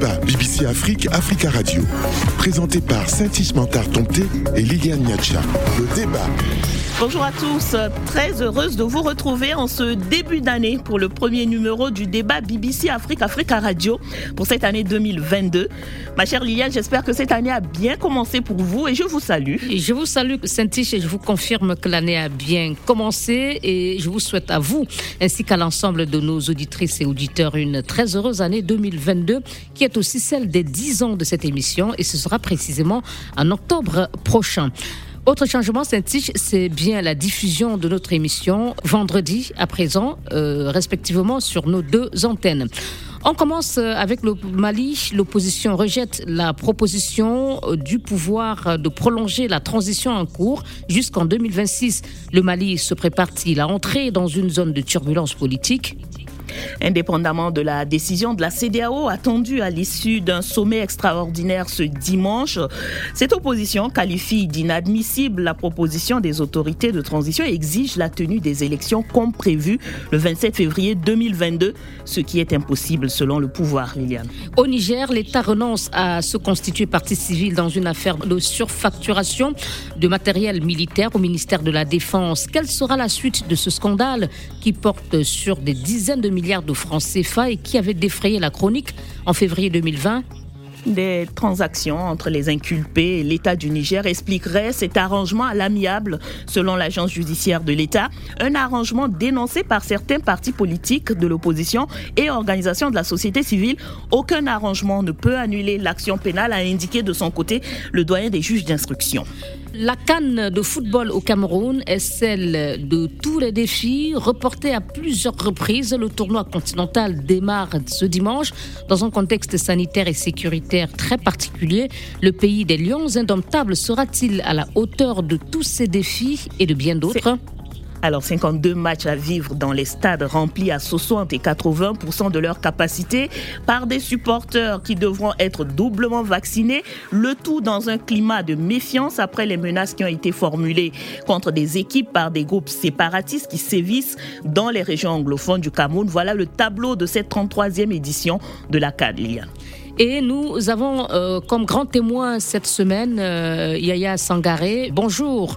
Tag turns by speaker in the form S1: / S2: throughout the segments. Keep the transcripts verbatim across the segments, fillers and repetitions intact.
S1: débat B B C Afrique, Africa Radio. Présenté par Saint-Ish Mentard-Tomté et Liliane Niacha. Le débat.
S2: Bonjour à tous, très heureuse de vous retrouver en ce début d'année pour le premier numéro du débat B B C Afrique, Africa Radio pour cette année deux mille vingt-deux. Ma chère Liliane, j'espère que cette année a bien commencé pour vous et je vous salue.
S3: Et je vous salue Saint-Ish et je vous confirme que l'année a bien commencé et je vous souhaite à vous ainsi qu'à l'ensemble de nos auditrices et auditeurs une très heureuse année deux mille vingt-deux qui est aussi celle des dix ans de cette émission et ce sera précisément en octobre prochain. Autre changement, Saint-Ish, c'est bien la diffusion de notre émission vendredi à présent, euh, respectivement sur nos deux antennes. On commence avec le Mali. L'opposition rejette la proposition du pouvoir de prolonger la transition en cours jusqu'en deux mille vingt-six. Le Mali se prépare-t-il à entrer dans une zone de turbulence politique ?
S2: Indépendamment de la décision de la C D A O attendue à l'issue d'un sommet extraordinaire ce dimanche, cette opposition qualifie d'inadmissible la proposition des autorités de transition et exige la tenue des élections comme prévu le vingt-sept février deux mille vingt-deux, ce qui est impossible selon le pouvoir, Liliane.
S3: Au Niger, l'État renonce à se constituer partie civile dans une affaire de surfacturation de matériel militaire au ministère de la Défense. Quelle sera la suite de ce scandale qui porte sur des dizaines de milliards de francs C F A et qui avait défrayé la chronique en février deux mille vingt?
S2: Des transactions entre les inculpés et l'État du Niger expliqueraient cet arrangement à l'amiable, selon l'agence judiciaire de l'État. Un arrangement dénoncé par certains partis politiques de l'opposition et organisations de la société civile. Aucun arrangement ne peut annuler l'action pénale, a indiqué de son côté le doyen des juges d'instruction.
S3: La CAN de football au Cameroun est celle de tous les défis. Reporté à plusieurs reprises, le tournoi continental démarre ce dimanche dans un contexte sanitaire et sécuritaire très particulier. Le pays des lions indomptables sera-t-il à la hauteur de tous ces défis et de bien d'autres ?
S2: C'est... Alors, cinquante-deux matchs à vivre dans les stades remplis à soixante et quatre-vingts pour cent de leur capacité par des supporters qui devront être doublement vaccinés, le tout dans un climat de méfiance après les menaces qui ont été formulées contre des équipes par des groupes séparatistes qui sévissent dans les régions anglophones du Cameroun. Voilà le tableau de cette trente-troisième édition de la CAN, Liliane.
S3: Et nous avons euh, comme grand témoin cette semaine euh, Yaya Sangaré. Bonjour.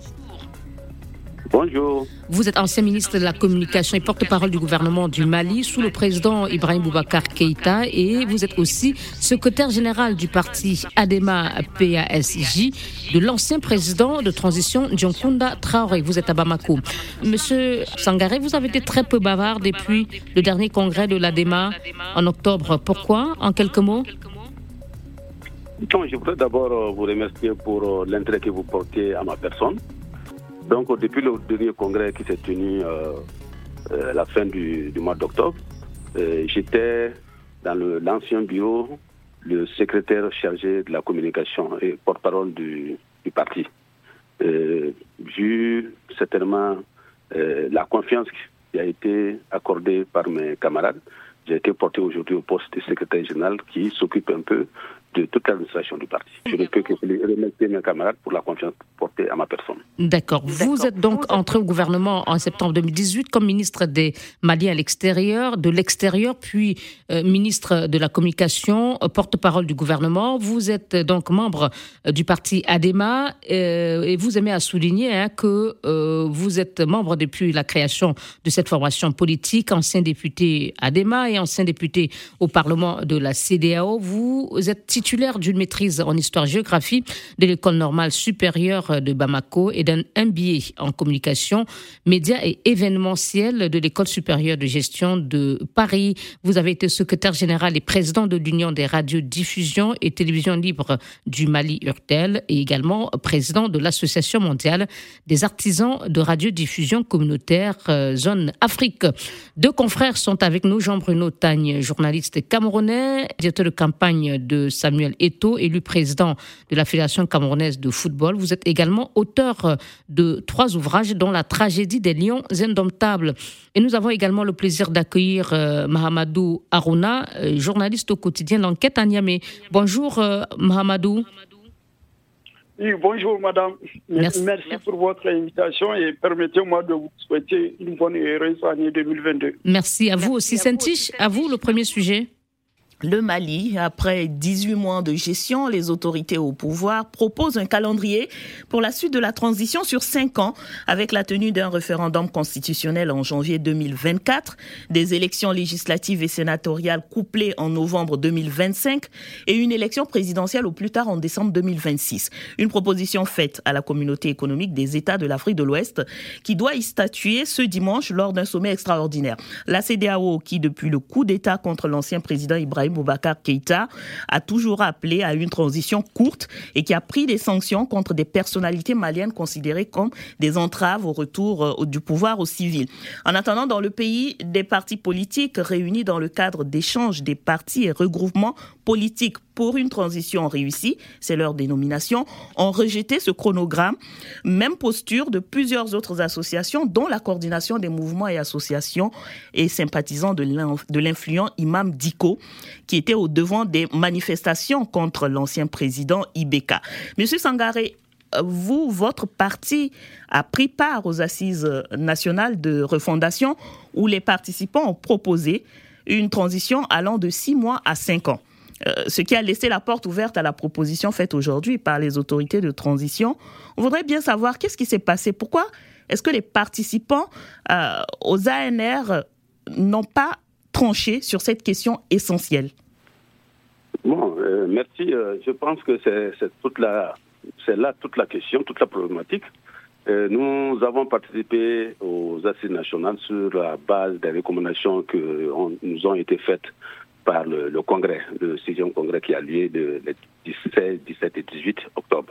S4: Bonjour.
S3: Vous êtes ancien ministre de la Communication et porte-parole du gouvernement du Mali sous le président Ibrahim Boubacar Keïta et vous êtes aussi secrétaire général du parti Adema P A S J de l'ancien président de transition Dionkunda Traoré. Vous êtes à Bamako. Monsieur Sangaré, vous avez été très peu bavard depuis le dernier congrès de l'Adema en octobre. Pourquoi? En quelques mots?
S4: Non, je voudrais d'abord vous remercier pour l'intérêt que vous portez à ma personne. Donc, depuis le dernier congrès qui s'est tenu euh, euh, à la fin du, du mois d'octobre, euh, j'étais dans le, l'ancien bureau, le secrétaire chargé de la communication et porte-parole du, du parti. Euh, vu certainement euh, la confiance qui a été accordée par mes camarades, j'ai été porté aujourd'hui au poste de secrétaire général qui s'occupe un peu de toute l'administration du parti. Je ne peux que remercier mes camarades pour la confiance portée à ma personne.
S3: D'accord. Vous D'accord. êtes donc entré au gouvernement en septembre deux mille dix-huit comme ministre des Maliens à l'extérieur, de l'extérieur, puis euh, ministre de la Communication, euh, porte-parole du gouvernement. Vous êtes donc membre euh, du parti Adema euh, et vous aimez à souligner hein, que euh, vous êtes membre depuis la création de cette formation politique, ancien député Adema et ancien député au Parlement de la C D A O. Vous êtes titulaire d'une maîtrise en histoire-géographie de l'École normale supérieure de Bamako et d'un M B A en communication, médias et événementiel de l'École supérieure de gestion de Paris. Vous avez été secrétaire général et président de l'Union des radiodiffusions et télévisions libres du Mali, URTEL, et également président de l'Association mondiale des artisans de radiodiffusion communautaire euh, Zone Afrique. Deux confrères sont avec nous, Jean-Bruno Tagne, journaliste camerounais, directeur de campagne de Samuel Eto'o, élu président de la Fédération camerounaise de football. Vous êtes également auteur de trois ouvrages, dont La tragédie des lions indomptables. Et nous avons également le plaisir d'accueillir euh, Mahamadou Harouna, euh, journaliste au quotidien L'Enquête à Niamey. Bonjour euh, Mahamadou.
S5: Oui, bonjour madame.
S3: Merci.
S5: Merci pour votre invitation et permettez-moi de vous souhaiter une bonne et heureuse année deux mille vingt-deux.
S3: Merci à vous aussi. Saint-Ish, à vous le premier sujet.
S2: Le Mali, après dix-huit mois de gestion, les autorités au pouvoir proposent un calendrier pour la suite de la transition sur cinq ans, avec la tenue d'un référendum constitutionnel en janvier deux mille vingt-quatre, des élections législatives et sénatoriales couplées en novembre deux mille vingt-cinq et une élection présidentielle au plus tard en décembre deux mille vingt-six. Une proposition faite à la communauté économique des États de l'Afrique de l'Ouest qui doit y statuer ce dimanche lors d'un sommet extraordinaire. La C E D E A O, qui depuis le coup d'État contre l'ancien président Ibrahim Boubacar Keïta, a toujours appelé à une transition courte et qui a pris des sanctions contre des personnalités maliennes considérées comme des entraves au retour du pouvoir aux civils. En attendant, dans le pays, des partis politiques réunis dans le cadre d'échanges des partis et regroupements politiques pour une transition réussie, c'est leur dénomination, ont rejeté ce chronogramme. Même posture de plusieurs autres associations, dont la coordination des mouvements et associations et sympathisants de l'influent Imam Dicko, qui était au devant des manifestations contre l'ancien président Ibeka. Monsieur Sangaré, vous, votre parti a pris part aux assises nationales de refondation où les participants ont proposé une transition allant de six mois à cinq ans. Euh, ce qui a laissé la porte ouverte à la proposition faite aujourd'hui par les autorités de transition. On voudrait bien savoir qu'est-ce qui s'est passé. Pourquoi est-ce que les participants euh, aux A N R n'ont pas tranché sur cette question essentielle?
S4: Bon, euh, merci. Euh, je pense que c'est, c'est, toute la, c'est là toute la question, toute la problématique. Euh, nous avons participé aux assises nationales sur la base des recommandations qui nous ont été faites par le, le congrès, le sixième congrès qui a lieu de, le dix-sept, dix-sept et dix-huit octobre.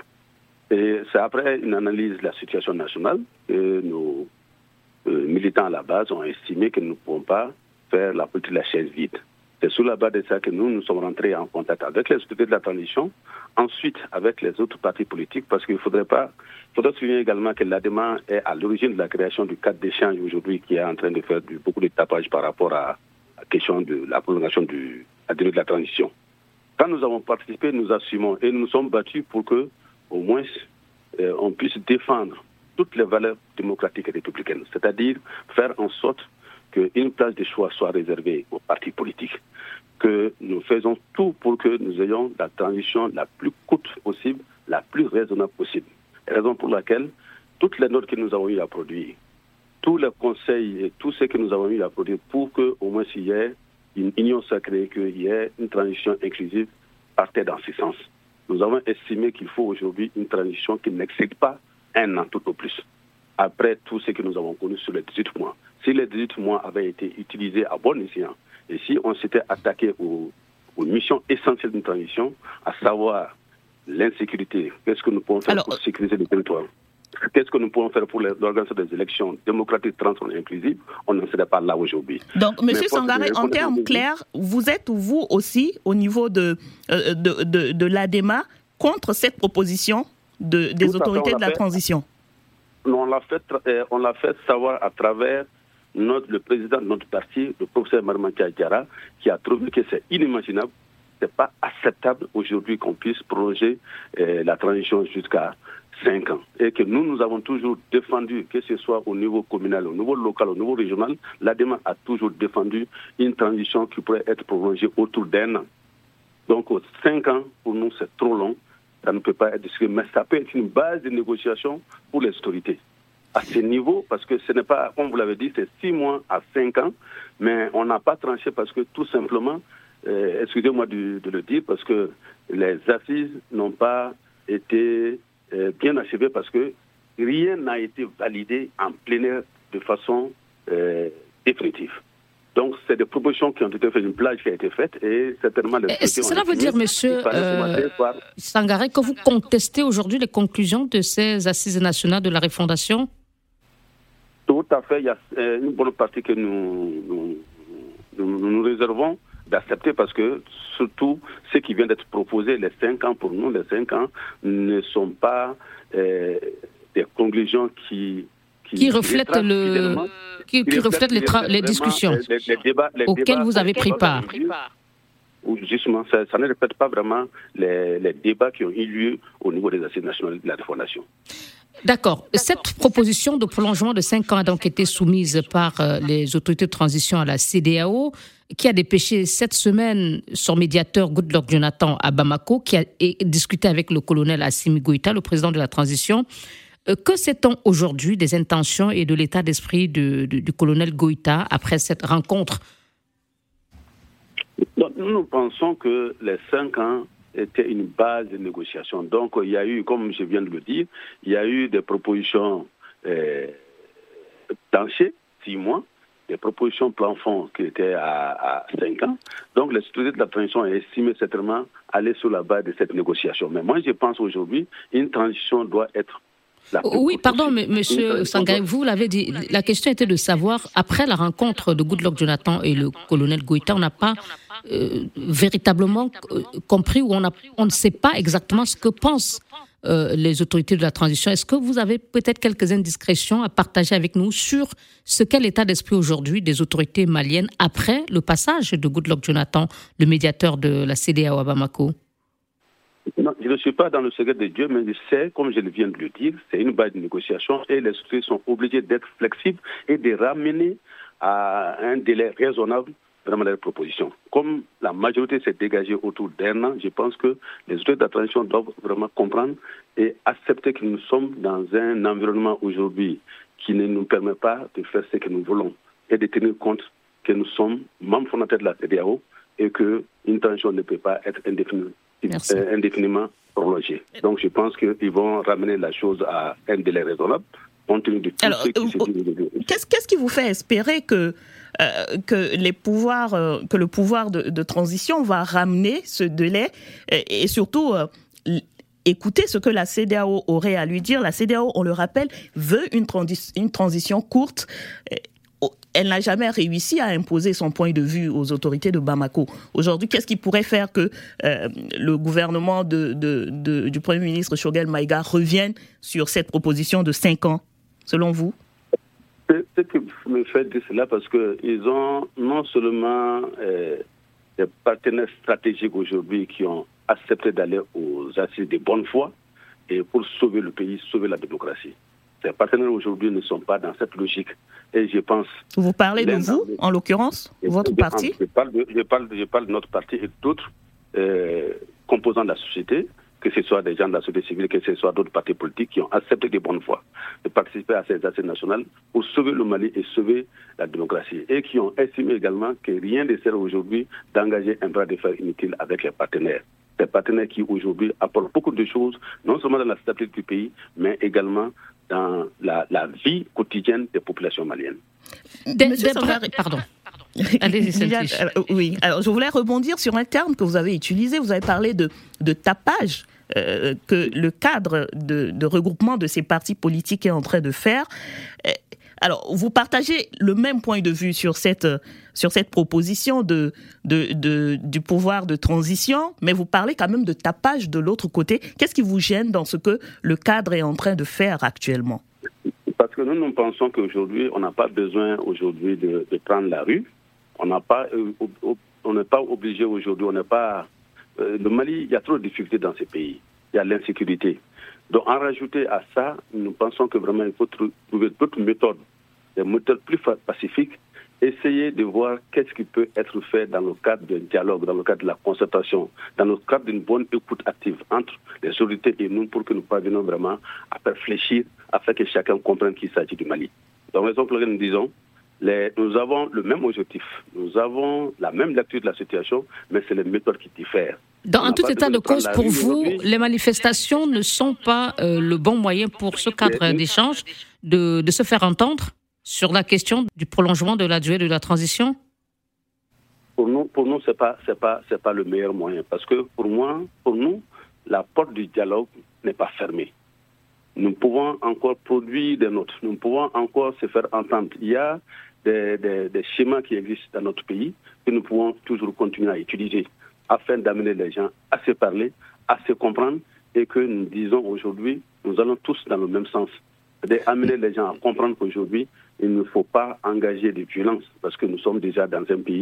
S4: Et c'est après une analyse de la situation nationale que nos euh, militants à la base ont estimé que nous ne pouvons pas faire la politique de la chaise vide. C'est sur la base de ça que nous nous sommes rentrés en contact avec les autorités de la transition, ensuite avec les autres partis politiques, parce qu'il ne faudrait pas... Il faudrait souligner également que l'A D E M A est à l'origine de la création du cadre d'échange aujourd'hui qui est en train de faire du, beaucoup de tapage par rapport à la question de la prolongation de la durée de la transition. Quand nous avons participé, nous assumons et nous nous sommes battus pour que, au moins, euh, on puisse défendre toutes les valeurs démocratiques et républicaines, c'est-à-dire faire en sorte qu'une place de choix soit réservée aux partis politiques, que nous faisons tout pour que nous ayons la transition la plus courte possible, la plus raisonnable possible. Raison pour laquelle toutes les notes que nous avons eu à produire, tous les conseils et tout ce que nous avons eu à produire pour qu'au moins s'il y ait une union sacrée, qu'il y ait une transition inclusive, partait dans ce sens. Nous avons estimé qu'il faut aujourd'hui une transition qui n'excède pas un an tout au plus, après tout ce que nous avons connu sur les dix-huit mois. Si les dix-huit mois avaient été utilisés à bon escient, et si on s'était attaqué aux, aux missions essentielles d'une transition, à savoir l'insécurité, qu'est-ce que nous pouvons faire Alors, pour sécuriser le territoire? Qu'est-ce que nous pouvons faire pour l'organisation des élections démocratiques, transparentes et inclusives? On n'en serait pas là aujourd'hui.
S2: Donc, M. Sangaré, en termes clairs, vous êtes, vous aussi, au niveau de, euh, de, de, de l'A D E M A, contre cette proposition de, des Tout autorités fait, de la fait, transition?
S4: On l'a fait, euh, on l'a fait savoir à travers notre, le président de notre parti, le professeur Marmantia Diarra, qui a trouvé que c'est inimaginable, c'est pas acceptable aujourd'hui qu'on puisse prolonger euh, la transition jusqu'à cinq ans. Et que nous, nous avons toujours défendu, que ce soit au niveau communal, au niveau local, au niveau régional, l'A D E M A a toujours défendu une transition qui pourrait être prolongée autour d'un an. Donc, cinq ans, pour nous, c'est trop long. Ça ne peut pas être discuté, mais ça peut être une base de négociation pour les autorités. À ce niveau, parce que ce n'est pas, comme vous l'avez dit, c'est six mois à cinq ans, mais on n'a pas tranché parce que tout simplement, euh, excusez-moi de, de le dire, parce que les assises n'ont pas été euh, bien achevées parce que rien n'a été validé en plénière de façon euh, définitive. Donc, c'est des propositions qui ont été faites, une plage qui a été faite et certainement... Les
S3: Est-ce que cela veut dire, monsieur euh, par... Sangaré, que vous contestez aujourd'hui les conclusions de ces assises nationales de la refondation?
S4: Tout à fait. Il y a une bonne partie que nous nous, nous, nous réservons d'accepter parce que, surtout, ce qui vient d'être proposé, les cinq ans pour nous, les cinq ans ne sont pas euh, des conclusions qui...
S3: Qui, qui reflètent le... Qui, qui reflète les, tra- les discussions les, les débats, les auxquelles vous avez pris part.
S4: Justement, ça, ça ne répète pas vraiment les, les débats qui ont eu lieu au niveau des assises nationales de la refondation.
S3: D'accord. Cette proposition de prolongement de cinq ans a donc été soumise par euh, les autorités de transition à la C E D E A O, qui a dépêché cette semaine son médiateur Goodluck Jonathan à Bamako, qui a discuté avec le colonel Assimi Goïta, le président de la transition. Euh, que sait-on aujourd'hui des intentions et de l'état d'esprit de, de, du colonel Goïta après cette rencontre?
S4: Donc, nous, nous pensons que les cinq ans étaient une base de négociation. Donc, il y a eu, comme je viens de le dire, il y a eu des propositions euh, planchées, six mois, des propositions plafond qui étaient à, à cinq ans. Donc, les autorités de la transition ont estimé certainement aller sur la base de cette négociation. Mais moi, je pense aujourd'hui, une transition doit être
S3: Oui, pardon, mais monsieur Sangaré, vous l'avez dit, la question était de savoir, après la rencontre de Goodluck Jonathan et le colonel Goïta, on n'a pas euh, véritablement euh, compris ou on, a, on ne sait pas exactement ce que pensent euh, les autorités de la transition. Est-ce que vous avez peut-être quelques indiscrétions à partager avec nous sur ce qu'est l'état d'esprit aujourd'hui des autorités maliennes après le passage de Goodluck Jonathan, le médiateur de la C E D E A O à Bamako?
S4: Non, je ne suis pas dans le secret de Dieu, mais je sais, comme je viens de le dire, c'est une base de négociation et les sociétés sont obligées d'être flexibles et de ramener à un délai raisonnable vraiment leurs propositions. Comme la majorité s'est dégagée autour d'un an, je pense que les autorités de la transition doivent vraiment comprendre et accepter que nous sommes dans un environnement aujourd'hui qui ne nous permet pas de faire ce que nous voulons et de tenir compte que nous sommes membres fondateurs de la C E D E A O et qu'une transition ne peut pas être indéfinie. Euh, indéfiniment prolongé. Donc je pense qu'ils vont ramener la chose à un délai raisonnable compte tenu de tout
S2: Alors,
S4: ce qui
S2: euh,
S4: se dit.
S2: Qu'est-ce, qu'est-ce qui vous fait espérer que, euh, que, les pouvoirs, euh, que le pouvoir de, de transition va ramener ce délai et, et surtout euh, écouter ce que la C E D E A O aurait à lui dire? La C E D E A O, on le rappelle, veut une, transi- une transition courte. Elle n'a jamais réussi à imposer son point de vue aux autorités de Bamako. Aujourd'hui, qu'est-ce qui pourrait faire que euh, le gouvernement de, de, de, du Premier ministre Choguel Maïga revienne sur cette proposition de cinq ans, selon vous?
S4: C'est ce qui me fait dire cela parce qu'ils ont non seulement euh, des partenaires stratégiques aujourd'hui qui ont accepté d'aller aux assises de bonne foi et pour sauver le pays, sauver la démocratie. Ces partenaires aujourd'hui ne sont pas dans cette logique. Et je pense...
S2: Vous parlez de vous, en l'occurrence, votre
S4: je,
S2: parti
S4: je parle, de, je, parle de, je parle de notre parti et d'autres euh, composants de la société, que ce soit des gens de la société civile, que ce soit d'autres partis politiques qui ont accepté de bonne foi de participer à ces assises nationales pour sauver le Mali et sauver la démocratie. Et qui ont estimé également que rien ne sert aujourd'hui d'engager un bras de fer inutile avec les partenaires. Des partenaires qui aujourd'hui apportent beaucoup de choses, non seulement dans la stabilité du pays, mais également dans la, la vie quotidienne des populations maliennes.
S3: De, Monsieur de, Sangaré, pardon. Allez-y,
S2: oui, alors je voulais rebondir sur un terme que vous avez utilisé. Vous avez parlé de, de tapage euh, que le cadre de, de regroupement de ces partis politiques est en train de faire. Alors, vous partagez le même point de vue sur cette, sur cette proposition de, de, de, du pouvoir de transition, mais vous parlez quand même de tapage de l'autre côté. Qu'est-ce qui vous gêne dans ce que le cadre est en train de faire actuellement?
S4: Parce que nous, nous pensons qu'aujourd'hui, on n'a pas besoin aujourd'hui de, de prendre la rue. On n'a pas, on n'est pas obligé aujourd'hui, on n'est pas... Euh, le Mali, il y a trop de difficultés dans ces pays. Il y a l'insécurité. Donc, en rajouter à ça, nous pensons que vraiment, il faut trouver d'autres méthodes, des méthodes plus pacifiques, essayer de voir qu'est-ce qui peut être fait dans le cadre d'un dialogue, dans le cadre de la concertation, dans le cadre d'une bonne écoute active entre les autorités et nous pour que nous parvenions vraiment à réfléchir afin que chacun comprenne qu'il s'agit du Mali. Donc, raison pour laquelle nous disons, les, nous avons le même objectif, nous avons la même lecture de la situation, mais c'est les méthodes qui diffèrent.
S3: Dans un tout état de cause, pour vous, les manifestations ne sont pas euh, le bon moyen pour ce cadre d'échange de, de se faire entendre sur la question du prolongement de la durée de la transition?
S4: Pour nous, pour nous, c'est pas, c'est pas, c'est pas le meilleur moyen, parce que pour moi, pour nous, la porte du dialogue n'est pas fermée. Nous pouvons encore produire des notes, nous pouvons encore se faire entendre. Il y a des, des, des schémas qui existent dans notre pays que nous pouvons toujours continuer à utiliser afin d'amener les gens à se parler, à se comprendre et que nous disons aujourd'hui, nous allons tous dans le même sens. D'amener les gens à comprendre qu'aujourd'hui, il ne faut pas engager de violence parce que nous sommes déjà dans un pays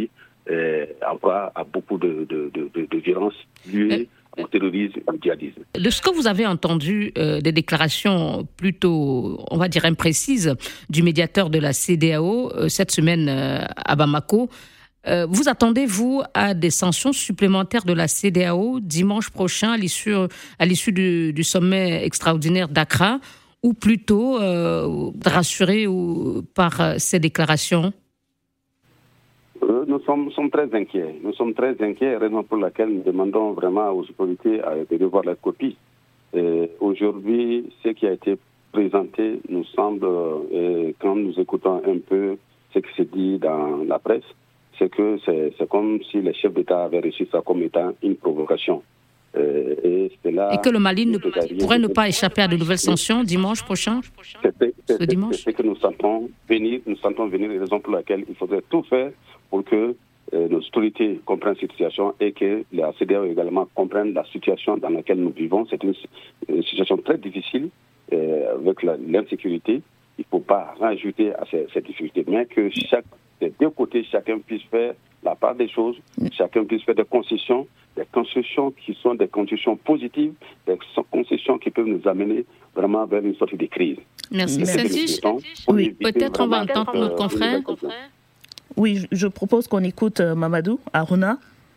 S4: euh, encore à beaucoup de, de, de, de, de violences liées au terrorisme et au djihadisme.
S3: De ce que vous avez entendu, euh, des déclarations plutôt, on va dire, imprécises du médiateur de la C E D E A O euh, cette semaine euh, à Bamako, euh, vous attendez, vous, à des sanctions supplémentaires de la C E D E A O dimanche prochain à l'issue, à l'issue du, du sommet extraordinaire d'Accra, ou plutôt euh, rassuré ou, par euh, ces déclarations?
S4: euh, Nous sommes, sommes très inquiets. Nous sommes très inquiets, raison pour laquelle nous demandons vraiment aux autorités de revoir la copie. Et aujourd'hui, ce qui a été présenté nous semble, et quand nous écoutons un peu ce qui se dit dans la presse, c'est que c'est, c'est comme si les chefs d'État avaient reçu ça comme étant une provocation. Euh, et, c'est là
S3: et que le Mali ne pourrait ne pas échapper à de nouvelles sanctions dimanche prochain?
S4: C'est, c'est, c'est,
S3: ce dimanche
S4: c'est ce que nous sentons venir, nous sentons venir, les raisons pour lesquelles il faudrait tout faire pour que euh, nos autorités comprennent cette situation et que la C E D E A O également comprenne la situation dans laquelle nous vivons. C'est une, une situation très difficile euh, avec la, l'insécurité. Il ne faut pas rajouter à ces, cette difficulté, mais que chaque, des deux côtés, chacun puisse faire la part des choses, chacun puisse faire des concessions, des concessions qui sont des concessions positives, des concessions qui peuvent nous amener vraiment vers une sorte de crise.
S3: Merci. Saint-Tiche, oui, peut-être on va entendre notre confrère.
S2: Oui, je propose qu'on écoute euh, Mamadou Aruna.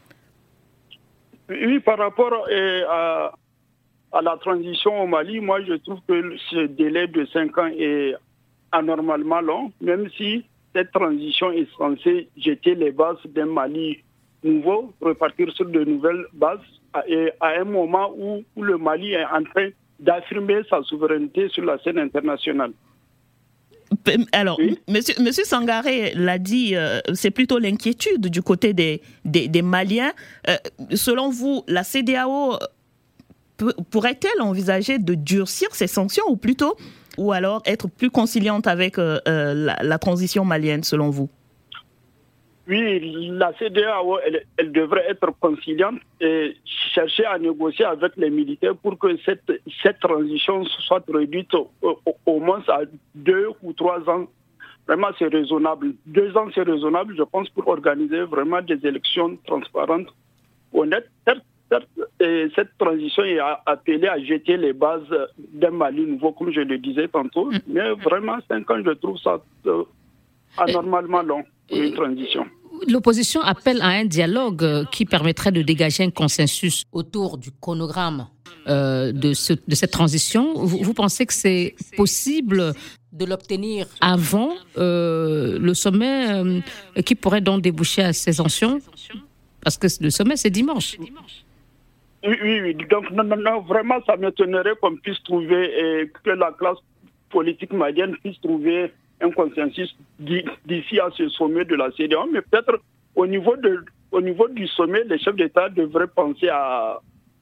S5: Oui, par rapport euh, à, à la transition au Mali, moi je trouve que ce délai de cinq ans est anormalement long, même si cette transition est censée jeter les bases d'un Mali nouveau, repartir sur de nouvelles bases, et à un moment où, où le Mali est en train d'affirmer sa souveraineté sur la scène internationale.
S2: Alors, oui. monsieur, monsieur Sangaré l'a dit, euh, c'est plutôt l'inquiétude du côté des, des, des Maliens. Euh, selon vous, la C E D E A O peut, pourrait-elle envisager de durcir ses sanctions, ou plutôt, ou alors être plus conciliante avec euh, euh, la, la transition malienne, selon vous?
S5: Oui, la C E D E A O, elle, elle devrait être conciliante et chercher à négocier avec les militaires pour que cette, cette transition soit réduite au, au, au moins à deux ou trois ans. Vraiment, c'est raisonnable. Deux ans, c'est raisonnable, je pense, pour organiser vraiment des élections transparentes, honnêtes. Certes, certes, et cette transition est appelée à jeter les bases d'un Mali nouveau, comme je le disais tantôt. Mais vraiment, cinq ans, je trouve ça euh, anormalement long pour une transition.
S3: L'opposition appelle à un dialogue qui permettrait de dégager un consensus autour du chronogramme euh, de, ce, de cette transition. Vous, vous pensez que c'est possible de l'obtenir avant euh, le sommet euh, qui pourrait donc déboucher à ces sanctions? Parce que le sommet, c'est dimanche.
S5: Oui, oui, oui. Donc, non, non, non, vraiment, ça m'étonnerait qu'on puisse trouver, et que la classe politique malienne puisse trouver un consensus d'ici à ce sommet de la C E D E A O, mais peut-être au niveau, de, au niveau du sommet, les chefs d'État devraient penser à...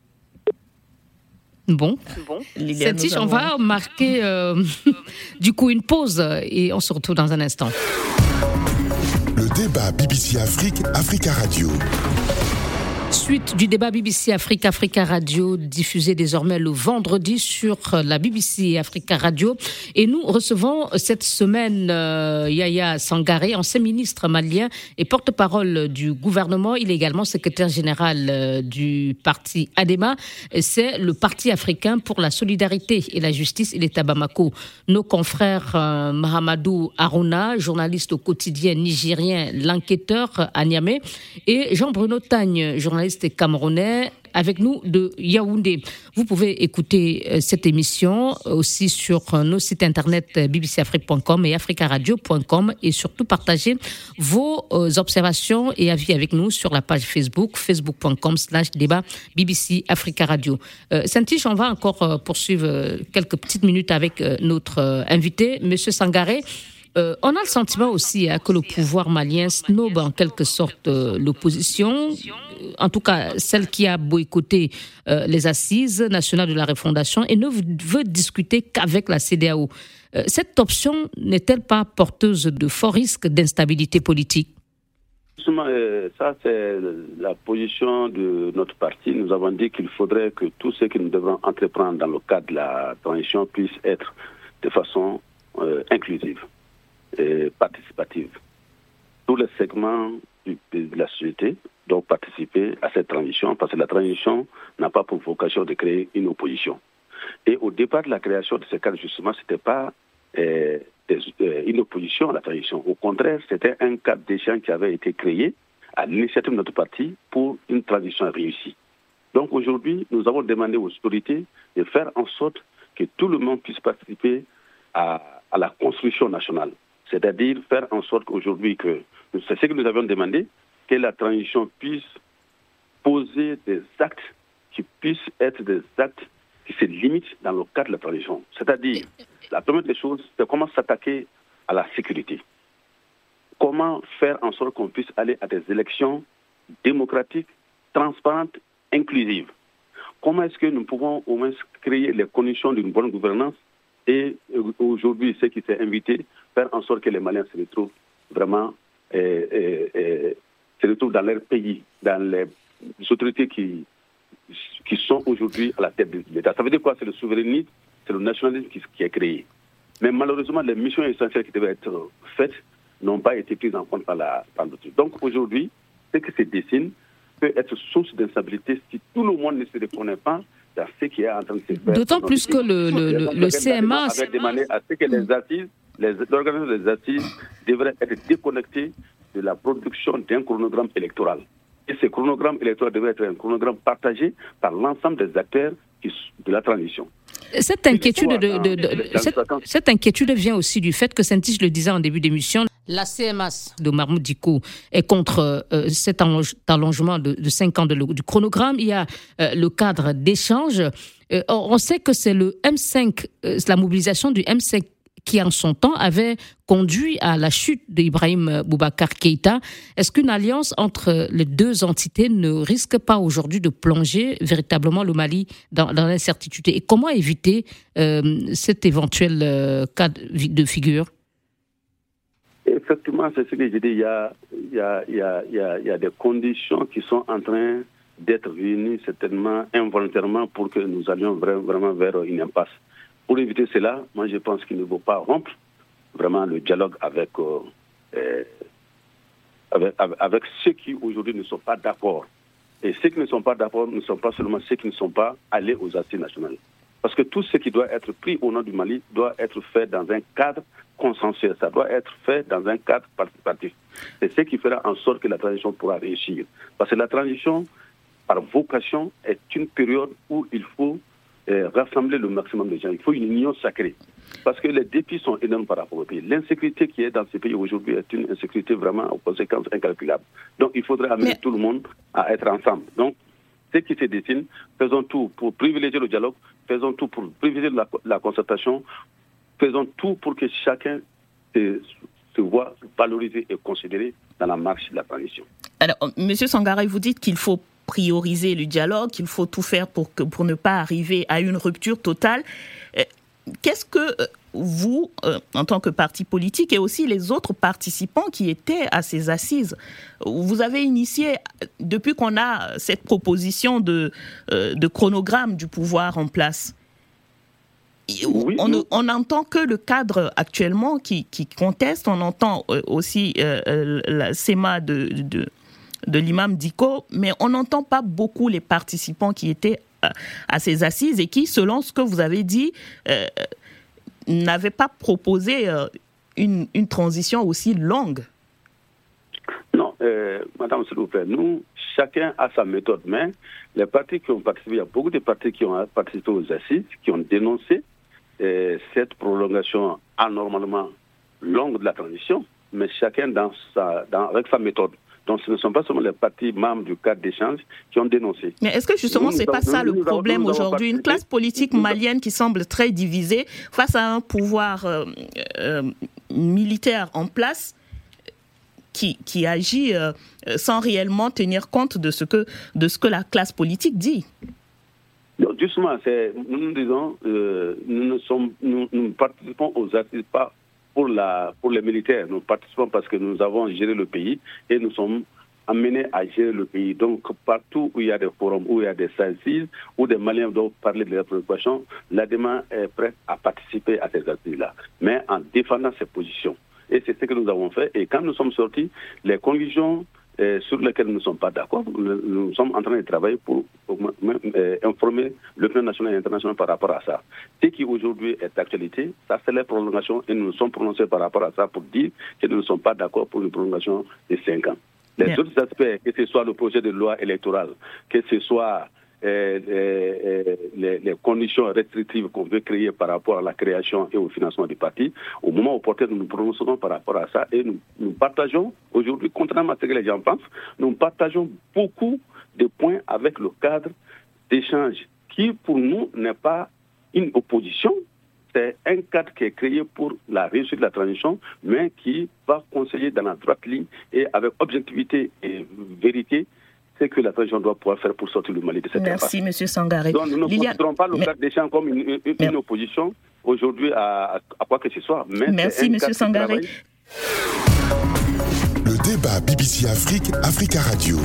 S3: Bon, bon. Saint-Tiche, on va marquer euh, du coup une pause et on se retrouve dans un instant.
S1: Le débat B B C Afrique, Africa Radio.
S3: Suite du débat B B C Afrique, Africa Radio, diffusé désormais le vendredi sur la B B C Africa Radio. Et nous recevons cette semaine euh, Yaya Sangaré, ancien ministre malien et porte-parole du gouvernement. Il est également secrétaire général euh, du parti ADEMA. C'est le Parti africain pour la solidarité et la justice. Il est à Bamako. Nos confrères euh, Mahamadou Aruna, journaliste au quotidien nigérien L'Enquêteur à Niamey, et Jean-Bruno Tagne, journaliste camerounais, avec nous de Yaoundé. Vous pouvez écouter euh, cette émission aussi sur euh, nos sites internet euh, b b c afrique point com et africa radio point com, et surtout partager vos euh, observations et avis avec nous sur la page Facebook, facebook point com slash débat B B C Africa Radio. Euh, Saint-Tiche, on va encore euh, poursuivre euh, quelques petites minutes avec euh, notre euh, invité, Monsieur Sangaré. Euh, on a le sentiment aussi hein, que le pouvoir malien snobe en quelque sorte euh, l'opposition, en tout cas celle qui a boycotté euh, les assises nationales de la refondation et ne veut discuter qu'avec la C E D E A O. Euh, cette option n'est-elle pas porteuse de forts risques d'instabilité politique?
S4: Justement, euh, ça c'est la position de notre parti. Nous avons dit qu'il faudrait que tout ce que nous devons entreprendre dans le cadre de la transition puisse être de façon euh, inclusive et participative. Tous les segments du, de la société doivent participer à cette transition, parce que la transition n'a pas pour vocation de créer une opposition. Et au départ de la création de ce cadre, justement, ce n'était pas euh, des, euh, une opposition à la transition. Au contraire, c'était un cadre d'échange qui avait été créé à l'initiative de notre parti pour une transition réussie. Donc aujourd'hui, nous avons demandé aux autorités de faire en sorte que tout le monde puisse participer à, à la construction nationale. C'est-à-dire faire en sorte qu'aujourd'hui, que, c'est ce que nous avions demandé, que la transition puisse poser des actes qui puissent être des actes qui se limitent dans le cadre de la transition. C'est-à-dire, la première des choses, c'est comment s'attaquer à la sécurité. Comment faire en sorte qu'on puisse aller à des élections démocratiques, transparentes, inclusives. Comment est-ce que nous pouvons au moins créer les conditions d'une bonne gouvernance et aujourd'hui, ce qui s'est invité, faire en sorte que les Maliens se retrouvent vraiment euh, euh, euh, se retrouvent dans leur pays, dans les autorités qui, qui sont aujourd'hui à la tête de l'État. Ça veut dire quoi? C'est le souverainisme, c'est le nationalisme qui, qui est créé. Mais malheureusement, les missions essentielles qui devaient être faites n'ont pas été prises en compte par la par l'autorité. Donc aujourd'hui, ce qui se dessine peut être source d'instabilité si tout le monde ne se reconnaît pas dans ce qui est en train de se faire.
S3: D'autant plus que le, le, le, le C M A
S4: avait demandé à ce que les assises, les organisations des assises devraient être déconnectées de la production d'un chronogramme électoral. Et ce chronogramme électoral devrait être un chronogramme partagé par l'ensemble des acteurs qui, de la transition.
S3: Cette inquiétude, de, de, de, de, cette, cette inquiétude vient aussi du fait que Saint-Tige le disait en début d'émission, la C M A de Mahmoud Dicko est contre euh, cet allongement de, de cinq ans de, du chronogramme. Il y a euh, le cadre d'échange. Euh, on sait que c'est le M cinq, euh, la mobilisation du M cinq qui en son temps avait conduit à la chute d'Ibrahim Boubacar Keïta. Est-ce qu'une alliance entre les deux entités ne risque pas aujourd'hui de plonger véritablement le Mali dans, dans l'incertitude? Et comment éviter euh, cet éventuel euh, cas de figure?
S4: Effectivement, c'est ce que j'ai dit. Il y a, il y a, il y a, il y a, il y a des conditions qui sont en train d'être réunies certainement involontairement pour que nous allions vraiment vers une impasse. Pour éviter cela, moi je pense qu'il ne faut pas rompre vraiment le dialogue avec, euh, euh, avec, avec ceux qui aujourd'hui ne sont pas d'accord. Et ceux qui ne sont pas d'accord ne sont pas seulement ceux qui ne sont pas allés aux assises nationales. Parce que tout ce qui doit être pris au nom du Mali doit être fait dans un cadre consensuel. Ça doit être fait dans un cadre participatif. C'est ce qui fera en sorte que la transition pourra réussir. Parce que la transition, par vocation, est une période où il faut euh, rassembler le maximum de gens. Il faut une union sacrée. Parce que les défis sont énormes par rapport au pays. L'insécurité qui est dans ce pays aujourd'hui est une insécurité vraiment aux conséquences incalculables. Donc il faudrait amener Mais... tout le monde à être ensemble. Donc, ce qui se dessine, faisons tout pour privilégier le dialogue, faisons tout pour privilégier la, la concertation, faisons tout pour que chacun se, se voit valorisé et considéré dans la marche de la transition.
S2: Alors, M. Sangaré, vous dites qu'il faut prioriser le dialogue, qu'il faut tout faire pour, que, pour ne pas arriver à une rupture totale. Qu'est-ce que vous, en tant que parti politique, et aussi les autres participants qui étaient à ces assises, vous avez initié, depuis qu'on a cette proposition de, de chronogramme du pouvoir en place? Oui, on, oui. on n'entend que le cadre actuellement qui, qui conteste, on entend aussi euh, la C E M A de, de, de l'imam Dicko, mais on n'entend pas beaucoup les participants qui étaient à, à ces assises et qui, selon ce que vous avez dit, euh, n'avaient pas proposé euh, une, une transition aussi longue.
S4: Non, euh, madame, s'il vous plaît, nous, chacun a sa méthode, mais les partis qui ont participé, il y a beaucoup de partis qui ont participé aux assises, qui ont dénoncé euh, cette prolongation anormalement longue de la transition, mais chacun dans sa, dans, avec sa méthode. Donc ce ne sont pas seulement les partis membres du cadre d'échange qui ont dénoncé.
S2: Mais est-ce que justement ce n'est pas ça le problème aujourd'hui? Une classe politique malienne qui semble très divisée face à un pouvoir euh, euh, militaire en place qui, qui agit euh, sans réellement tenir compte de ce que, de ce que la classe politique dit.
S4: Donc, justement, c'est, nous nous disons, euh, nous, ne sommes, nous, nous participons aux assises pas pour, la, pour les militaires. Nous participons parce que nous avons géré le pays et nous sommes amenés à gérer le pays. Donc, partout où il y a des forums, où il y a des assises, où des Maliens doivent parler de leurs préoccupations, la demande est prête à participer à ces assises-là, mais en défendant ses positions. Et c'est ce que nous avons fait. Et quand nous sommes sortis, les conditions euh, sur lesquels nous ne sommes pas d'accord. Nous, nous sommes en train de travailler pour, pour euh, informer l'opinion nationale et internationale par rapport à ça. Ce qui aujourd'hui est d'actualité, ça c'est la prolongation et nous nous sommes prononcés par rapport à ça pour dire que nous ne sommes pas d'accord pour une prolongation de cinq ans. Les Bien. autres aspects, que ce soit le projet de loi électorale, que ce soit euh, euh, les, les conditions restrictives qu'on veut créer par rapport à la création et au financement du parti, au moment opportun, nous nous prononcerons par rapport à ça et nous, nous partageons aujourd'hui, contrairement à ce que les gens pensent, nous partageons beaucoup de points avec le cadre d'échange qui, pour nous, n'est pas une opposition. C'est un cadre qui est créé pour la réussite de la transition, mais qui va conseiller dans la droite ligne et avec objectivité et vérité ce que la transition doit pouvoir faire pour sortir le Mali de cette impasse.
S2: Merci, M. Sangaré.
S4: Donc, nous ne considérons pas le cadre d'échange comme une, une, une opposition aujourd'hui à, à quoi que ce soit. Mais
S2: Merci, M. Sangaré.
S1: Le débat B B C Afrique, Africa Radio.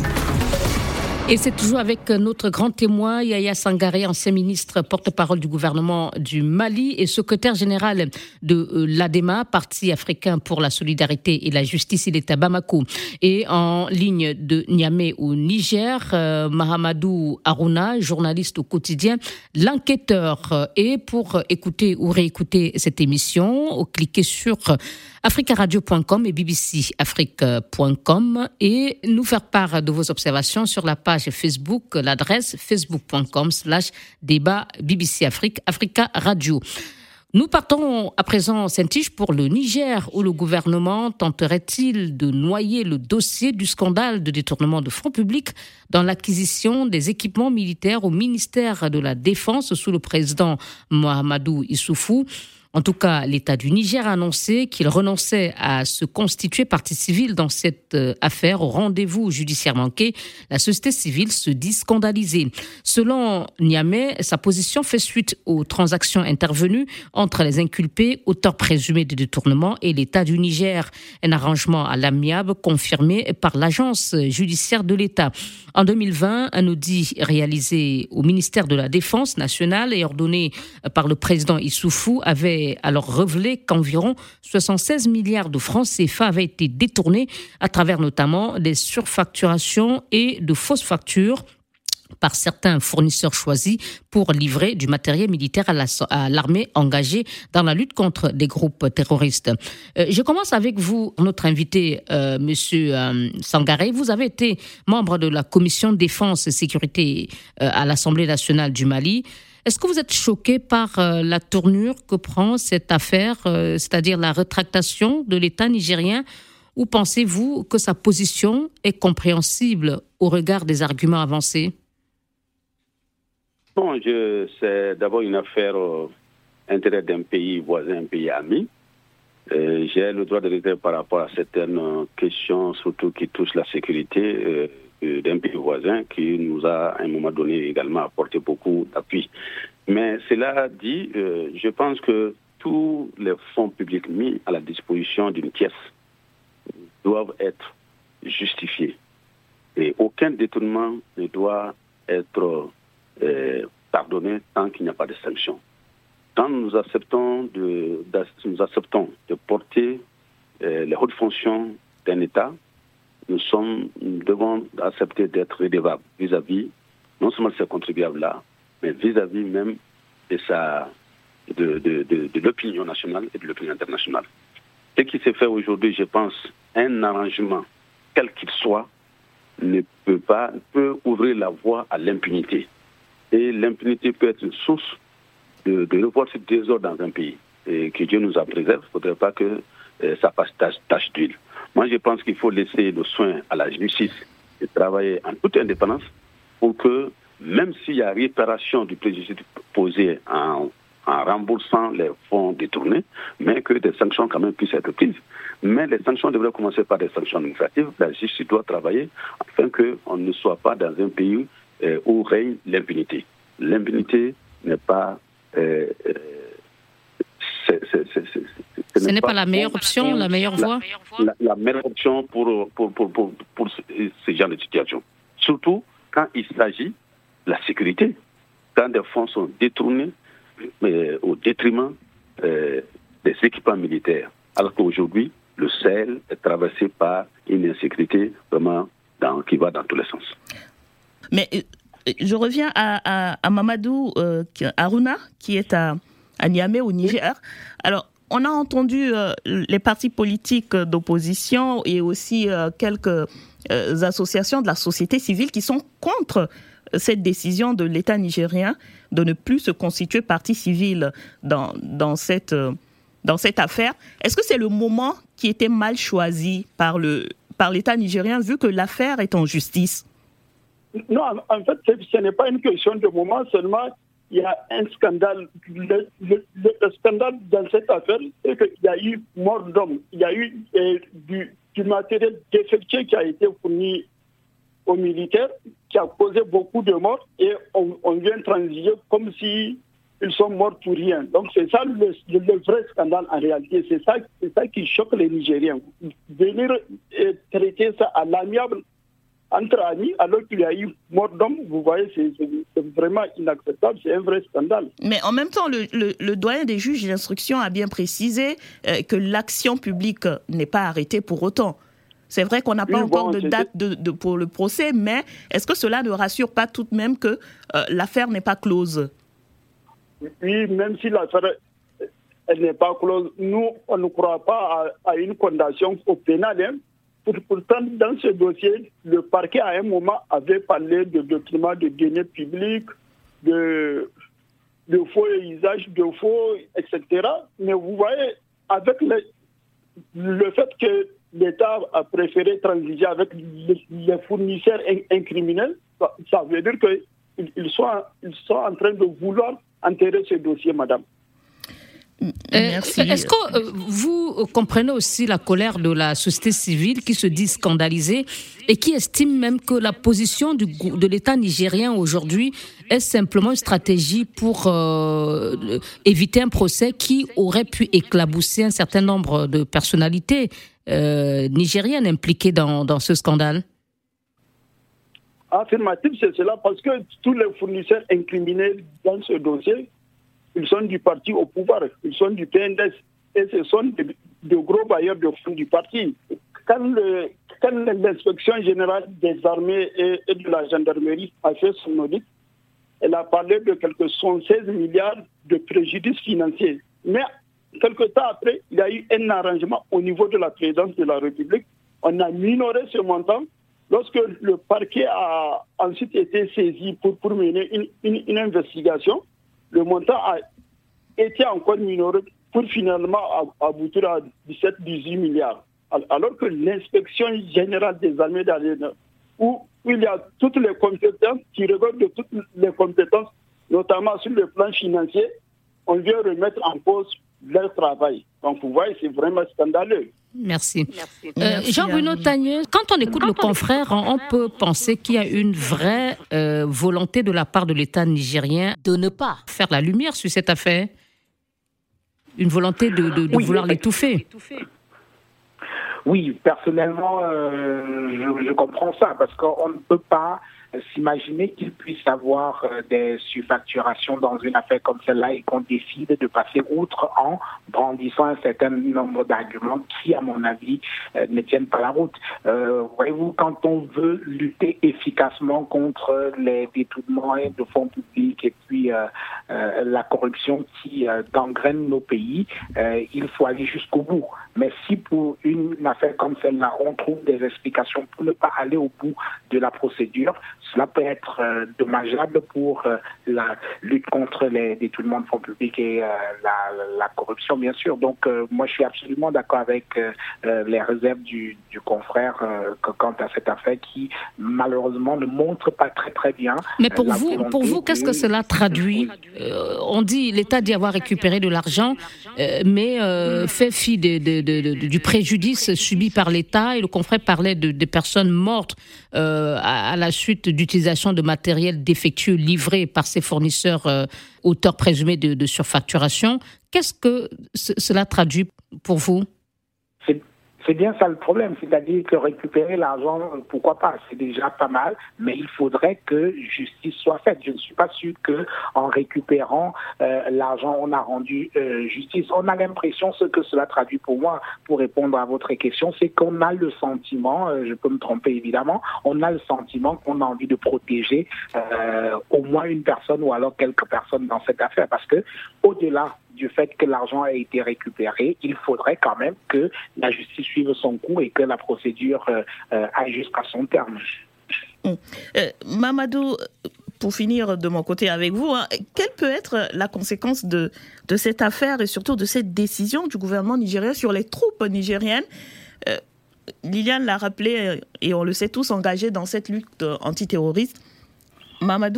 S3: Et c'est toujours avec notre grand témoin, Yaya Sangaré, ancien ministre porte-parole du gouvernement du Mali et secrétaire général de l'A D E M A, Parti africain pour la solidarité et la justice. Il est à Bamako. Et en ligne de Niamey au Niger, euh, Mahamadou Harouna, journaliste au quotidien, l'enquêteur. Et pour écouter ou réécouter cette émission, cliquez sur africa radio point com et b b c afrique point com et nous faire part de vos observations sur la page Facebook, l'adresse facebook point com slash débat B B C Afrique, Africa Radio. Nous partons à présent, Saint-Tige, pour le Niger, où le gouvernement tenterait-il de noyer le dossier du scandale de détournement de fonds publics dans l'acquisition des équipements militaires au ministère de la Défense sous le président Mahamadou Issoufou. En tout cas, l'État du Niger a annoncé qu'il renonçait à se constituer partie civile dans cette affaire au rendez-vous judiciaire manqué. La société civile se dit scandalisée. Selon Niamey, sa position fait suite aux transactions intervenues entre les inculpés, auteurs présumés de détournement, et l'État du Niger. Un arrangement à l'amiable confirmé par l'agence judiciaire de l'État. En deux mille vingt, un audit réalisé au ministère de la Défense nationale et ordonné par le président Issoufou avait alors révélé qu'environ soixante-seize milliards de francs C F A avaient été détournés à travers notamment des surfacturations et de fausses factures par certains fournisseurs choisis pour livrer du matériel militaire à, la, à l'armée engagée dans la lutte contre des groupes terroristes. Euh, je commence avec vous, notre invité, euh, Monsieur euh, Sangaré. Vous avez été membre de la commission défense et sécurité euh, à l'Assemblée nationale du Mali. Est-ce que vous êtes choqué par euh, la tournure que prend cette affaire, euh, c'est-à-dire la rétractation de l'État nigérien, ou pensez-vous que sa position est compréhensible au regard des arguments avancés ?
S4: Bon, je, c'est d'abord une affaire euh, intérêt d'un pays voisin, un pays ami. Euh, j'ai le droit de réserve par rapport à certaines euh, questions, surtout qui touchent la sécurité euh, d'un pays voisin qui nous a, à un moment donné, également apporté beaucoup d'appui. Mais cela dit, euh, je pense que tous les fonds publics mis à la disposition d'une pièce doivent être justifiés. Et aucun détournement ne doit être euh, pardonné tant qu'il n'y a pas de sanctions. Quand nous acceptons de, de, nous acceptons de porter euh, les hautes fonctions d'un État, nous, sommes, nous devons accepter d'être redevables vis-à-vis non seulement de ces contribuables-là, mais vis-à-vis même de, sa, de, de, de, de l'opinion nationale et de l'opinion internationale. Ce qui s'est fait aujourd'hui, je pense, un arrangement, quel qu'il soit, ne peut pas, peut ouvrir la voie à l'impunité. Et l'impunité peut être une source de, de revoir ce désordre dans un pays. Et que Dieu nous en préserve, il ne faudrait pas que euh, ça passe tâche, tâche d'huile. Moi, je pense qu'il faut laisser le soin à la justice de travailler en toute indépendance pour que, même s'il y a réparation du préjudice posé en, en remboursant les fonds détournés, mais que des sanctions quand même puissent être prises. Mais les sanctions devraient commencer par des sanctions administratives. La justice doit travailler afin qu'on ne soit pas dans un pays euh, où règne l'impunité. L'impunité n'est pas... Euh, euh, c'est, c'est, c'est, c'est,
S3: ce, ce n'est, n'est pas, pas la meilleure option, la meilleure voie
S4: la, la, la meilleure option pour, pour, pour, pour, pour ce genre de situation. Surtout quand il s'agit de la sécurité. Quand des fonds sont détournés euh, au détriment euh, des équipements militaires. Alors qu'aujourd'hui, le Sahel est traversé par une insécurité vraiment dans, qui va dans tous les sens.
S2: Mais euh, je reviens à, à, à Mamadou euh, Haruna, qui est à, à Niamey, au Niger. Alors, on a entendu euh, les partis politiques d'opposition et aussi euh, quelques euh, associations de la société civile qui sont contre cette décision de l'État nigérien de ne plus se constituer partie civile dans, dans, cette, dans cette affaire. Est-ce que c'est le moment qui était mal choisi par, le, par l'État nigérien vu que l'affaire est en justice?
S5: Non, en fait, ce n'est pas une question de moment, seulement il y a un scandale. Le, le, le scandale dans cette affaire, c'est qu'il y a eu mort d'homme. Il y a eu euh, du, du matériel défectueux qui a été fourni aux militaires, qui a causé beaucoup de morts, et on, on vient transiger comme si ils sont morts pour rien. Donc c'est ça le, le, le vrai scandale en réalité. C'est ça, c'est ça qui choque les Nigériens. Venir et traiter ça à l'amiable entre amis, alors qu'il y a eu mort d'homme, vous voyez, c'est, c'est, c'est vraiment inacceptable, c'est un vrai scandale.
S2: Mais en même temps, le, le, le doyen des juges d'instruction a bien précisé euh, que l'action publique n'est pas arrêtée pour autant. C'est vrai qu'on n'a pas oui, encore bon, de date de, de, pour le procès, mais est-ce que cela ne rassure pas tout de même que euh, l'affaire n'est pas close?
S5: Oui, même si l'affaire elle n'est pas close, nous, on ne croit pas à, à une condamnation au pénal. Hein. Pour, pourtant, dans ce dossier, le parquet, à un moment, avait parlé de documents de deniers publics, de, de faux usages, de faux, et cetera. Mais vous voyez, avec le, le fait que l'État a préféré transiger avec les, les fournisseurs incriminels, ça, ça veut dire qu'ils ils sont, ils sont en train de vouloir enterrer ce dossier, madame.
S3: Merci. Est-ce que euh, vous comprenez aussi la colère de la société civile qui se dit scandalisée et qui estime même que la position du, de l'État nigérien aujourd'hui est simplement une stratégie pour euh, éviter un procès qui aurait pu éclabousser un certain nombre de personnalités euh, nigériennes impliquées dans, dans ce scandale?
S5: Affirmatif, c'est cela, parce que tous les fournisseurs incriminés dans ce dossier, ils sont du parti au pouvoir, ils sont du P N D S et ce sont de, de gros bailleurs de fonds du parti. Quand, le, quand l'inspection générale des armées et, et de la gendarmerie a fait son audit, elle a parlé de quelque soixante-seize milliards de préjudices financiers. Mais quelque temps après, il y a eu un arrangement au niveau de la présidence de la République. On a minoré ce montant. Lorsque le parquet a ensuite été saisi pour, pour mener une, une, une investigation, le montant a été encore minoré pour finalement aboutir à dix-sept à dix-huit milliards. Alors que l'inspection générale des armées d'Alliance, où, où il y a toutes les compétences, qui regardent de toutes les compétences, notamment sur le plan financier, on vient remettre en cause leur travail. Donc vous voyez, c'est vraiment scandaleux.
S3: Merci. Merci. Euh, Jean-Bruno Tagneux, quand on écoute quand le on confrère, on, on peut penser qu'il y a une vraie euh, volonté de la part de l'État nigérien de ne pas faire la lumière sur cette affaire. Une volonté de, de, de oui, vouloir l'étouffer.
S6: Oui, personnellement, euh, je, je comprends ça, parce qu'on ne peut pas s'imaginer qu'il puisse avoir euh, des surfacturations dans une affaire comme celle-là et qu'on décide de passer outre en brandissant un certain nombre d'arguments qui, à mon avis, euh, ne tiennent pas la route. Euh, voyez-vous, quand on veut lutter efficacement contre les détournements de fonds publics et puis euh, euh, la corruption qui euh, gangrène nos pays, euh, il faut aller jusqu'au bout. Mais si pour une affaire comme celle-là, on trouve des explications pour ne pas aller au bout de la procédure, cela peut être euh, dommageable pour euh, la lutte contre les détournements de fonds publics et euh, la, la corruption, bien sûr. Donc, euh, moi, je suis absolument d'accord avec euh, euh, les réserves du, du confrère euh, quant à cette affaire qui, malheureusement, ne montre pas très, très bien.
S3: Mais pour, euh, vous, pour vous, qu'est-ce que cela traduit ? euh, On dit, l'État dit avoir récupéré de l'argent, euh, mais euh, fait fi de, de, de, de, du préjudice subi par l'État. Et le confrère parlait de, de personnes mortes euh, à, à la suite d'utilisation de matériel défectueux livré par ses fournisseurs euh, auteurs présumés de, de surfacturation. Qu'est-ce que c- cela traduit pour vous ?
S6: C'est, C'est bien ça le problème, c'est-à-dire que récupérer l'argent, pourquoi pas, c'est déjà pas mal, mais il faudrait que justice soit faite. Je ne suis pas sûr qu'en récupérant euh, l'argent, on a rendu euh, justice. On a l'impression, ce que cela traduit pour moi, pour répondre à votre question, c'est qu'on a le sentiment, euh, je peux me tromper évidemment, on a le sentiment qu'on a envie de protéger euh, au moins une personne ou alors quelques personnes dans cette affaire, parce que au-delà du fait que l'argent a été récupéré, il faudrait quand même que la justice suive son cours et que la procédure euh, euh, aille jusqu'à son terme.
S2: Mmh. Euh, Mamadou, pour finir de mon côté avec vous, hein, quelle peut être la conséquence de, de cette affaire et surtout de cette décision du gouvernement nigérien sur les troupes nigériennes euh, Liliane l'a rappelé et on le sait tous, engagés dans cette lutte antiterroriste. Mamadou ?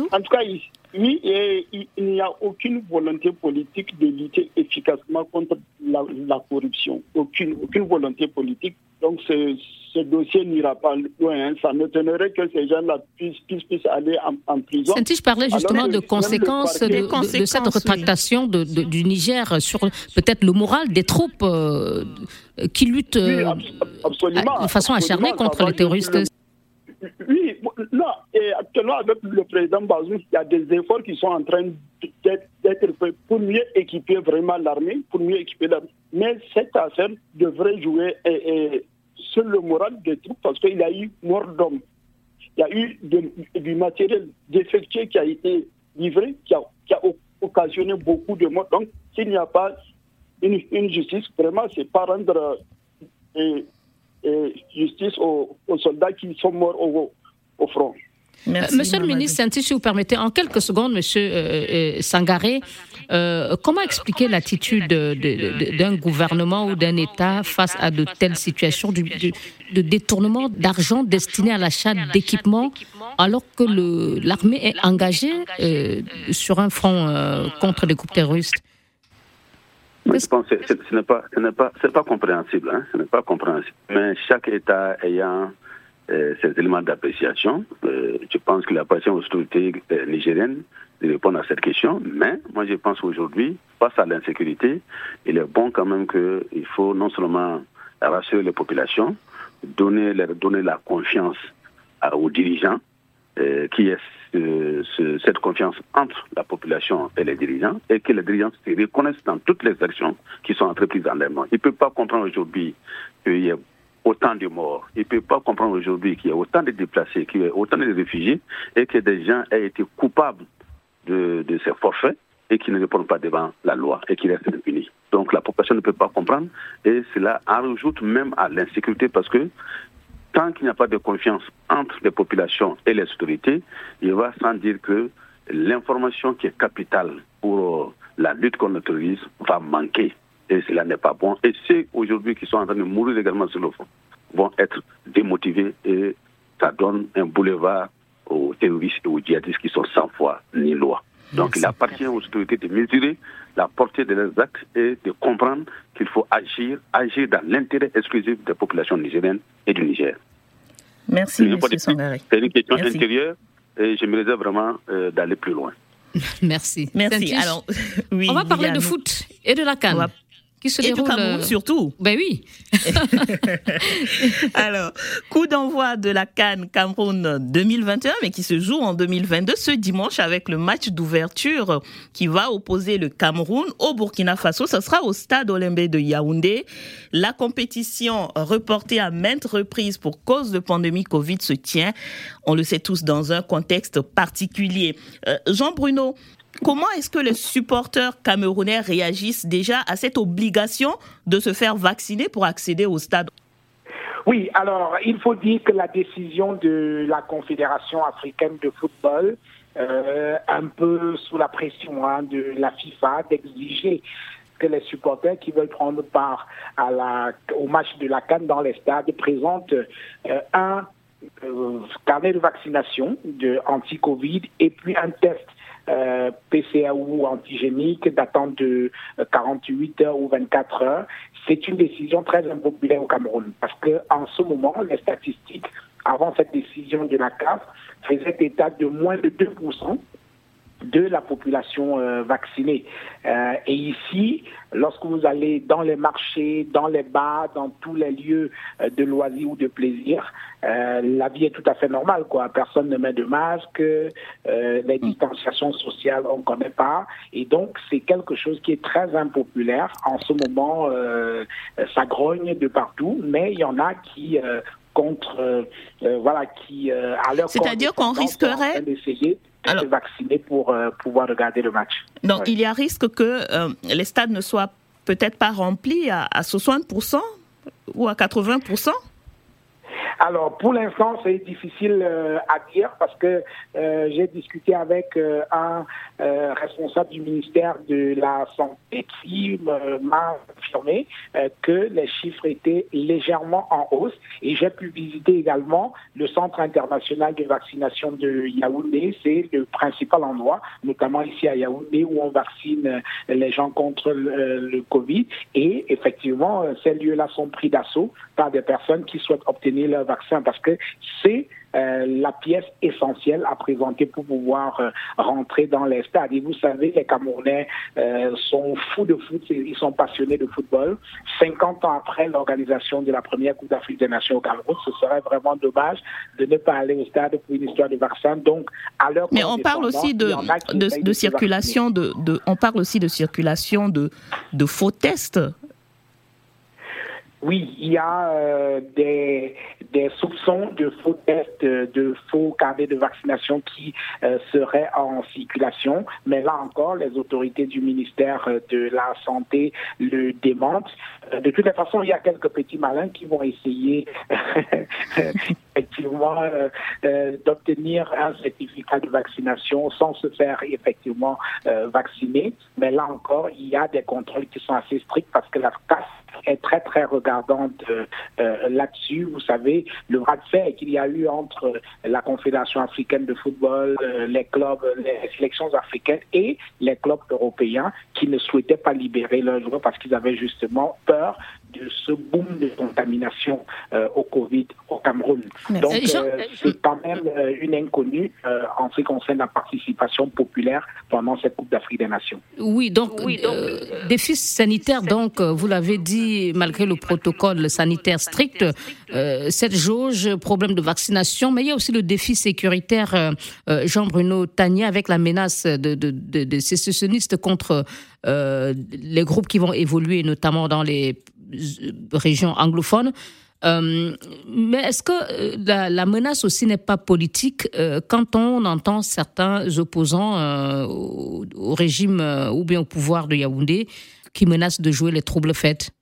S5: En tout cas, il... Oui, et il n'y a aucune volonté politique de lutter efficacement contre la, la corruption. Aucune, aucune volonté politique. Donc, ce, ce dossier n'ira pas loin. Ça m'étonnerait que ces gens-là puissent, puissent, puissent aller en, en prison.
S3: Senti, je parlais justement de conséquences de, de, de, de cette rétractation oui. de, de, du Niger sur peut-être le moral des troupes euh, qui luttent euh, oui, absolument, de façon acharnée contre les terroristes. Le...
S5: Oui, non, et actuellement avec le président Bazoum, il y a des efforts qui sont en train d'être, d'être faits pour mieux équiper vraiment l'armée, pour mieux équiper l'armée. Mais cette affaire devrait jouer et, et, sur le moral des troupes parce qu'il y a eu mort d'hommes. Il y a eu de, du matériel défectueux qui a été livré, qui a, qui a occasionné beaucoup de morts. Donc, s'il n'y a pas une, une justice, vraiment, c'est pas rendre... Et, Et justice aux, aux soldats qui sont morts au, au front.
S3: Merci, Monsieur Mamadou. Le ministre Senti, si vous permettez, en quelques secondes, Monsieur euh, euh, Sangaré, euh, comment expliquer l'attitude de, de, de, d'un gouvernement ou d'un État face à de telles situations de, de, de détournement d'argent destiné à l'achat d'équipements, alors que le, l'armée est engagée euh, sur un front euh, contre les groupes terroristes?
S4: Mais je pense que ce, ce n'est pas, ce n'est pas, c'est pas compréhensible, hein, ce n'est pas compréhensible. Mais chaque État ayant euh, ses éléments d'appréciation, euh, je pense qu'il appartient aux autorités euh, nigériennes de répondre à cette question. Mais moi, je pense qu'aujourd'hui, face à l'insécurité, il est bon quand même qu'il faut non seulement rassurer les populations, donner, leur donner la confiance à, aux dirigeants, euh, qui est euh, ce, cette confiance entre la population et les dirigeants, et que les dirigeants se reconnaissent dans toutes les actions qui sont entreprises en leur nom. Il ne peut pas comprendre aujourd'hui qu'il y ait autant de morts. Il ne peut pas comprendre aujourd'hui qu'il y ait autant de déplacés, qu'il y ait autant de réfugiés, et que des gens aient été coupables de, de ces forfaits et qui ne répondent pas devant la loi et qui restent impunis. Donc la population ne peut pas comprendre, et cela en rajoute même à l'insécurité, parce que tant qu'il n'y a pas de confiance entre les populations et les autorités, il va sans dire que l'information qui est capitale pour la lutte contre le terrorisme va manquer. Et cela n'est pas bon. Et ceux aujourd'hui qui sont en train de mourir également sur le front vont être démotivés, et ça donne un boulevard aux terroristes et aux djihadistes qui sont sans foi ni loi. Donc il appartient aux autorités de mesurer la portée de leurs actes et de comprendre qu'il faut agir, agir dans l'intérêt exclusif des populations nigériennes et du Niger.
S2: Merci, M. Sangaré.
S4: C'est une question Merci. intérieure et je me réserve vraiment euh, d'aller plus loin.
S3: Merci.
S2: Merci. Alors, oui,
S3: on va parler
S2: Liliane.
S3: de foot et de la CAN. Va... Qui se
S2: et
S3: déroule...
S2: du Cameroun surtout.
S3: Ben oui.
S2: Alors, coup d'envoi de la CAN Cameroun deux mille vingt et un, mais qui se joue en deux mille vingt-deux, ce dimanche, avec le match d'ouverture qui va opposer le Cameroun au Burkina Faso. Ce sera au stade Olembe de Yaoundé. La compétition, reportée à maintes reprises pour cause de pandémie Covid, se tient, on le sait tous, dans un contexte particulier. Euh, Jean Bruno, comment est-ce que les supporters camerounais réagissent déjà à cette obligation de se faire vacciner pour accéder au stade?
S6: Oui, alors il faut dire que la décision de la Confédération africaine de football, euh, un peu sous la pression hein, de la FIFA, d'exiger que les supporters qui veulent prendre part à la, au match de la CAN dans les stades présentent euh, un euh, carnet de vaccination de anti-Covid et puis un test Euh, P C R ou antigénique datant de quarante-huit heures ou vingt-quatre heures. C'est une décision très impopulaire au Cameroun parce qu'en ce moment, les statistiques avant cette décision de la C A F faisaient état de moins de deux pour cent de la population euh, vaccinée. Euh, et ici, lorsque vous allez dans les marchés, dans les bars, dans tous les lieux euh, de loisirs ou de plaisir, euh, la vie est tout à fait normale, quoi. Personne ne met de masque, euh, les distanciations sociales, on ne connaît pas. Et donc, c'est quelque chose qui est très impopulaire. En ce moment, euh, ça grogne de partout, mais il y en a qui... Euh, contre, euh, euh, voilà, qui, euh, à leur
S2: C'est-à-dire qu'on risquerait
S6: d'essayer de Alors, se vacciner pour euh, pouvoir regarder le match.
S2: Donc,
S6: ouais.
S2: il y a risque que euh, les stades ne soient peut-être pas remplis à, à soixante pour cent ou à quatre-vingts pour cent?
S6: Alors, pour l'instant, c'est difficile euh, à dire parce que euh, j'ai discuté avec euh, un euh, responsable du ministère de la Santé qui euh, m'a affirmé euh, que les chiffres étaient légèrement en hausse. Et j'ai pu visiter également le Centre international de vaccination de Yaoundé. C'est le principal endroit, notamment ici à Yaoundé, où on vaccine les gens contre le, le Covid. Et effectivement, ces lieux-là sont pris d'assaut par des personnes qui souhaitent obtenir leur vaccin parce que c'est euh, la pièce essentielle à présenter pour pouvoir euh, rentrer dans les stades. Et vous savez, les Camerounais euh, sont fous de foot, ils sont passionnés de football. cinquante ans après l'organisation de la première Coupe d'Afrique des Nations au Cameroun, ce serait vraiment dommage de ne pas aller au stade pour une histoire de vaccin. Donc, à leur
S2: Mais on parle aussi de, de, de circulation, de, de, on parle aussi de circulation de, de faux tests.
S6: Oui, il y a euh, des, des soupçons de faux tests, de faux carnets de vaccination qui euh, seraient en circulation. Mais là encore, les autorités du ministère de la Santé le démentent. De toutes les façons, il y a quelques petits malins qui vont essayer effectivement euh, euh, d'obtenir un certificat de vaccination sans se faire effectivement euh, vacciner. Mais là encore, il y a des contrôles qui sont assez stricts parce que la C A S est très très regardante euh, euh, là-dessus. Vous savez, le bras de fer qu'il y a eu entre la Confédération africaine de football, euh, les clubs, les sélections africaines et les clubs européens qui ne souhaitaient pas libérer leurs joueurs parce qu'ils avaient justement peur de ce boom de contamination euh, au Covid au Cameroun. Merci. Donc, euh, c'est quand même euh, une inconnue euh, en ce qui concerne la participation populaire pendant cette Coupe d'Afrique des Nations.
S3: Oui, donc, oui, donc euh, défi sanitaire, donc, vous l'avez dit, malgré le protocole sanitaire strict, euh, cette jauge, problème de vaccination, mais il y a aussi le défi sécuritaire, euh, Jean-Bruno Tania, avec la menace de, de, de, de sécessionnistes contre euh, les groupes qui vont évoluer, notamment dans les régions anglophones. Euh, mais est-ce que euh, la, la menace aussi n'est pas politique euh, quand on entend certains opposants euh, au, au régime euh, ou bien au pouvoir de Yaoundé qui menacent de jouer les troubles faits?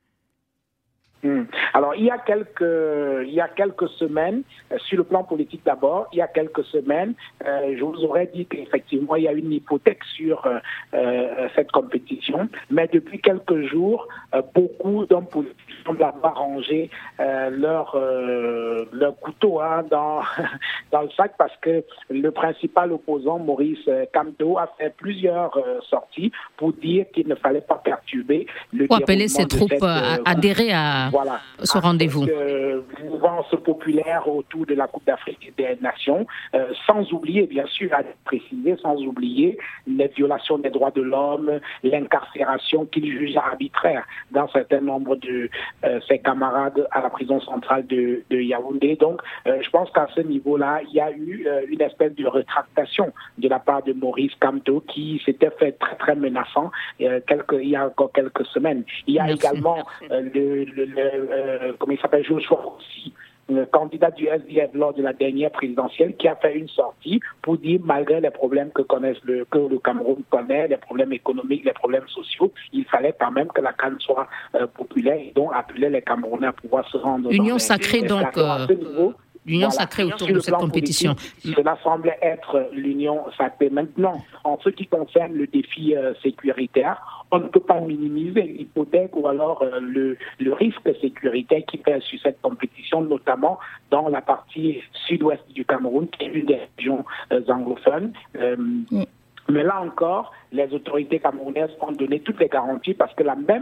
S6: Hum. Alors, il y a quelques, il y a quelques semaines, euh, sur le plan politique d'abord, il y a quelques semaines, euh, je vous aurais dit qu'effectivement, il y a une hypothèque sur euh, euh, cette compétition, mais depuis quelques jours, euh, beaucoup d'hommes politiques semblent avoir rangé euh, leur, euh, leur couteau hein, dans, dans le sac parce que le principal opposant, Maurice Kamto, a fait plusieurs euh, sorties pour dire qu'il ne fallait pas perturber le
S3: Pour appeler ses troupes
S6: cette,
S3: à euh, adhérer à
S6: voilà,
S3: ce rendez-vous.
S6: Euh, mouvance populaire autour de la Coupe d'Afrique des Nations, euh, sans oublier, bien sûr, à préciser, sans oublier les violations des droits de l'homme, l'incarcération qu'il juge arbitraire d'un certain nombre de euh, ses camarades à la prison centrale de, de Yaoundé. Donc, euh, je pense qu'à ce niveau-là, il y a eu euh, une espèce de rétractation de la part de Maurice Kamto qui s'était fait très, très menaçant euh, quelques, il y a encore quelques semaines. Il y a Merci. également euh, le, le, le euh, comment il s'appelle, Joshua aussi, le candidat du S D F lors de la dernière présidentielle, qui a fait une sortie pour dire, malgré les problèmes que, connaissent le, que le Cameroun connaît, les problèmes économiques, les problèmes sociaux, il fallait quand même que la CAN soit euh, populaire et donc appeler les Camerounais à pouvoir se rendre
S3: Union
S6: dans les,
S3: sacrée,
S6: les
S3: donc,
S6: à ce niveau.
S3: L'union
S6: Voilà.
S3: sacrée autour
S6: Sur
S3: de cette compétition.
S6: Politique, cela semble être l'union sacrée. Maintenant, en ce qui concerne le défi euh, sécuritaire, on ne peut pas minimiser l'hypothèque ou alors euh, le, le risque sécuritaire qui pèse sur cette compétition, notamment dans la partie sud-ouest du Cameroun, qui est une des régions euh, anglophones. Euh, mm. Mais là encore, les autorités camerounaises ont donné toutes les garanties parce que la même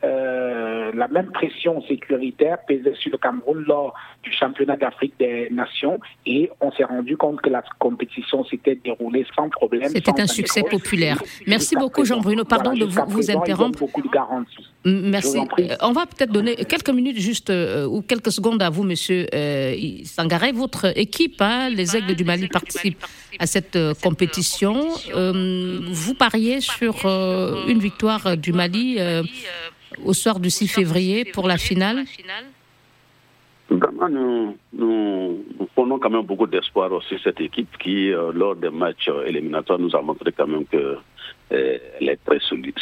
S6: euh, la même pression sécuritaire pesait sur le Cameroun lors du championnat d'Afrique des Nations et on s'est rendu compte que la compétition s'était déroulée sans problème.
S3: C'était un succès populaire. Merci beaucoup Jean-Bruno. Pardon voilà, de vous, vous interrompre.
S6: Beaucoup de garanties.
S3: Merci. On va peut-être donner quelques minutes juste euh, ou quelques secondes à vous, Monsieur euh, Sangaré. Votre équipe, hein, les Aigles du Mali, participe à cette euh, compétition. Euh, vous pariez sur euh, une victoire du Mali euh, au soir du six février pour la finale.
S4: Vraiment, nous, nous, nous prenons quand même beaucoup d'espoir sur cette équipe qui, euh, lors des matchs éliminatoires, nous a montré quand même qu'elle euh, est très solide,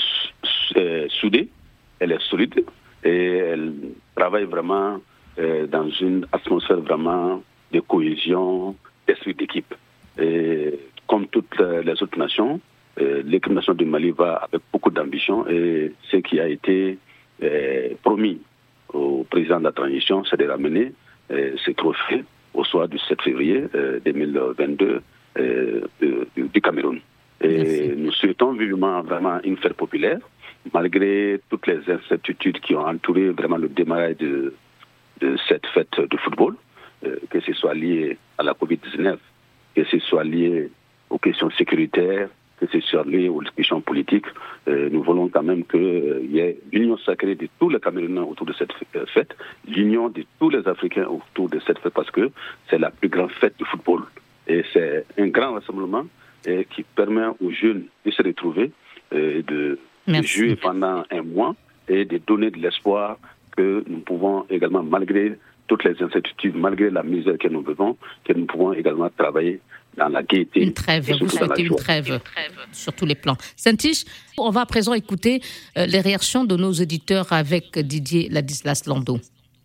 S4: euh, soudée, elle est solide et elle travaille vraiment euh, dans une atmosphère vraiment de cohésion, d'esprit d'équipe. Et comme toutes les autres nations, euh, l'équipe nationale du Mali va avec beaucoup d'ambition et ce qui a été euh, promis au président de la transition, c'est de ramener euh, ce trophée au soir du sept février euh, deux mille vingt-deux euh, du, du Cameroun. Et Merci. Nous souhaitons vivement vraiment une fête populaire, malgré toutes les incertitudes qui ont entouré vraiment le démarrage de, de cette fête de football, euh, que ce soit lié à la covid dix-neuf, que ce soit lié aux questions sécuritaires, que ce soit lié aux questions politiques. Euh, nous voulons quand même qu'il euh, y ait l'union sacrée de tous les Camerounais autour de cette fête, l'union de tous les Africains autour de cette fête, parce que c'est la plus grande fête du football. Et c'est un grand rassemblement et qui permet aux jeunes de se retrouver, euh, de, de jouer pendant un mois et de donner de l'espoir que nous pouvons également, malgré toutes les incertitudes, malgré la misère que nous vivons, que nous pouvons également travailler dans la gaieté.
S3: Une trêve, vous souhaitez une trêve, une trêve sur tous les plans. Saint-Tiche, on va à présent écouter euh, les réactions de nos auditeurs avec Didier Ladislas-Lando.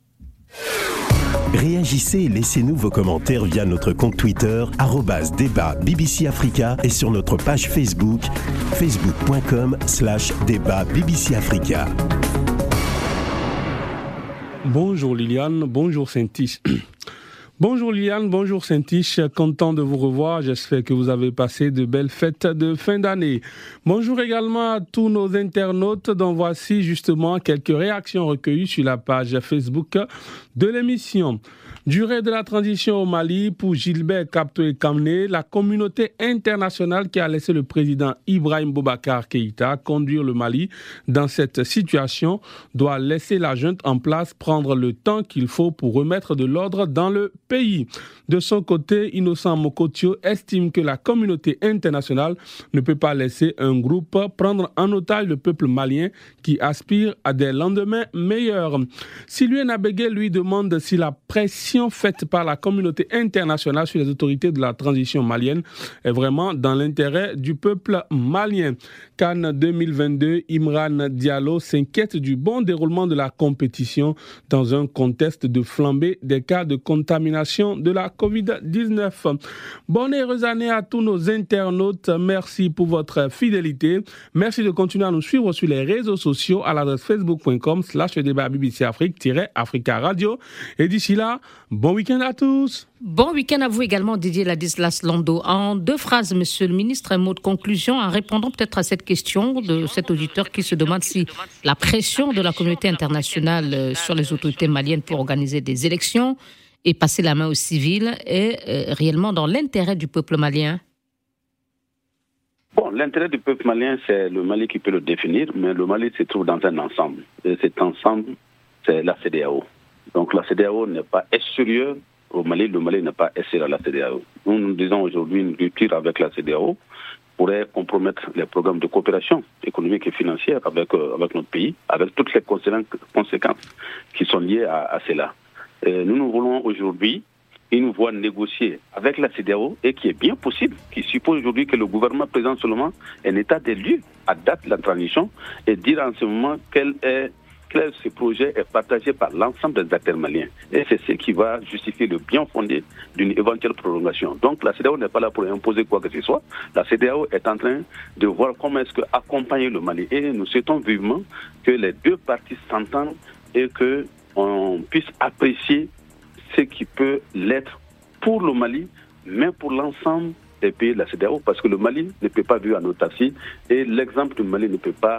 S7: Réagissez et laissez-nous vos commentaires via notre compte Twitter, arobase débat B B C Africa et sur notre page Facebook, facebook.com slash débat BBC Africa.
S8: Bonjour Liliane, bonjour Saint-Tiche. Bonjour Liliane, bonjour Saint-Tiche, content de vous revoir, j'espère que vous avez passé de belles fêtes de fin d'année. Bonjour également à tous nos internautes dont voici justement quelques réactions recueillies sur la page Facebook de l'émission. Durée de la transition au Mali, pour Gilbert Kaptoé Kamné, la communauté internationale qui a laissé le président Ibrahim Boubacar Keïta conduire le Mali dans cette situation doit laisser la junte en place prendre le temps qu'il faut pour remettre de l'ordre dans le pays. De son côté, Innocent Mokotio estime que la communauté internationale ne peut pas laisser un groupe prendre en otage le peuple malien qui aspire à des lendemains meilleurs. Sylvain Abégué lui demande si la pression faite par la communauté internationale sur les autorités de la transition malienne est vraiment dans l'intérêt du peuple malien. Cannes deux mille vingt-deux, Imran Diallo s'inquiète du bon déroulement de la compétition dans un contexte de flambée des cas de contamination de la covid dix-neuf. Bonne et heureuse année à tous nos internautes. Merci pour votre fidélité. Merci de continuer à nous suivre sur les réseaux sociaux à l'adresse facebook.com slash débat BBC Afrique-Africa Radio. Et d'ici là, bon week-end à tous.
S3: Bon week-end à vous également, Didier Ladislas-Lando. En deux phrases, monsieur le ministre, un mot de conclusion en répondant peut-être à cette question de cet auditeur qui se demande si la pression de la communauté internationale sur les autorités maliennes pour organiser des élections et passer la main aux civils est réellement dans l'intérêt du peuple malien.
S4: Bon, l'intérêt du peuple malien, c'est le Mali qui peut le définir, mais le Mali se trouve dans un ensemble. Et cet ensemble, c'est la C D A O. Donc la C D A O n'est pas extérieure au Mali, le Mali n'est pas extérieur à la C D A O. Nous, nous disons aujourd'hui une rupture avec la C D A O pourrait compromettre les programmes de coopération économique et financière avec, euh, avec notre pays, avec toutes les conséquences qui sont liées à, à cela. Et nous, nous voulons aujourd'hui une voie négociée avec la C D A O et qui est bien possible, qui suppose aujourd'hui que le gouvernement présente seulement un état des lieux à date de la transition et dire en ce moment quel est Clair, ce projet est partagé par l'ensemble des acteurs maliens. Et c'est ce qui va justifier le bien fondé d'une éventuelle prolongation. Donc la C D A O n'est pas là pour imposer quoi que ce soit. La C D A O est en train de voir comment est-ce que accompagner le Mali. Et nous souhaitons vivement que les deux parties s'entendent et qu'on puisse apprécier ce qui peut l'être pour le Mali, mais pour l'ensemble des pays de la C D A O. Parce que le Mali ne peut pas vivre en autarcie et l'exemple du Mali ne peut pas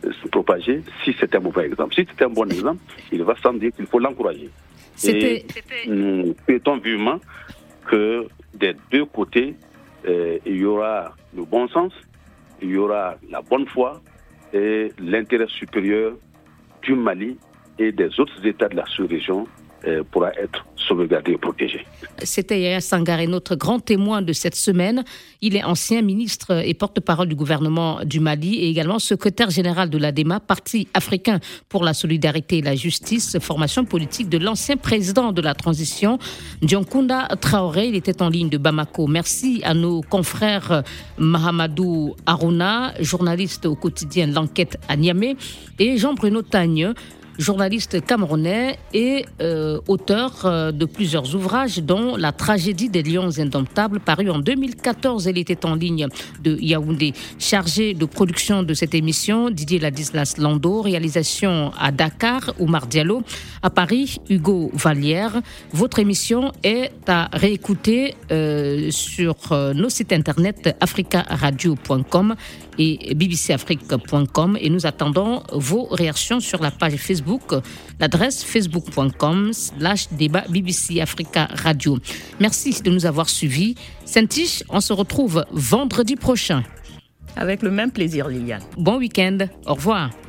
S4: se propager si c'est un mauvais exemple. Si c'est un bon exemple, il va sans dire qu'il faut l'encourager.
S3: C'était...
S4: Et nous souhaitons vivement que des deux côtés, euh, il y aura le bon sens, il y aura la bonne foi et l'intérêt supérieur du Mali et des autres États de la sous-région euh, pourra être sauvegardé et protégé.
S3: C'était Yaya Sangaré, notre grand témoin de cette semaine. Il est ancien ministre et porte-parole du gouvernement du Mali et également secrétaire général de l'A D E M A, Parti africain pour la solidarité et la justice, formation politique de l'ancien président de la transition, Dioncounda Traoré. Il était en ligne de Bamako. Merci à nos confrères Mahamadou Aruna, journaliste au quotidien L'Enquête à Niamey, et Jean-Bruno Tagne, journaliste camerounais et euh, auteur euh, de plusieurs ouvrages, dont La tragédie des lions indomptables, paru en deux mille quatorze. Elle était en ligne de Yaoundé. Chargé de production de cette émission, Didier Ladislas Lando. Réalisation à Dakar, Oumar Diallo. À Paris, Hugo Vallière. Votre émission est à réécouter euh, sur euh, nos sites internet africa radio point com et b b c afrique point com, et nous attendons vos réactions sur la page Facebook, l'adresse facebook point com slash débat B B C Africa Radio. Merci de nous avoir suivis. Saint-Tiche, on se retrouve vendredi prochain.
S2: Avec le même plaisir, Liliane.
S3: Bon week-end. Au revoir.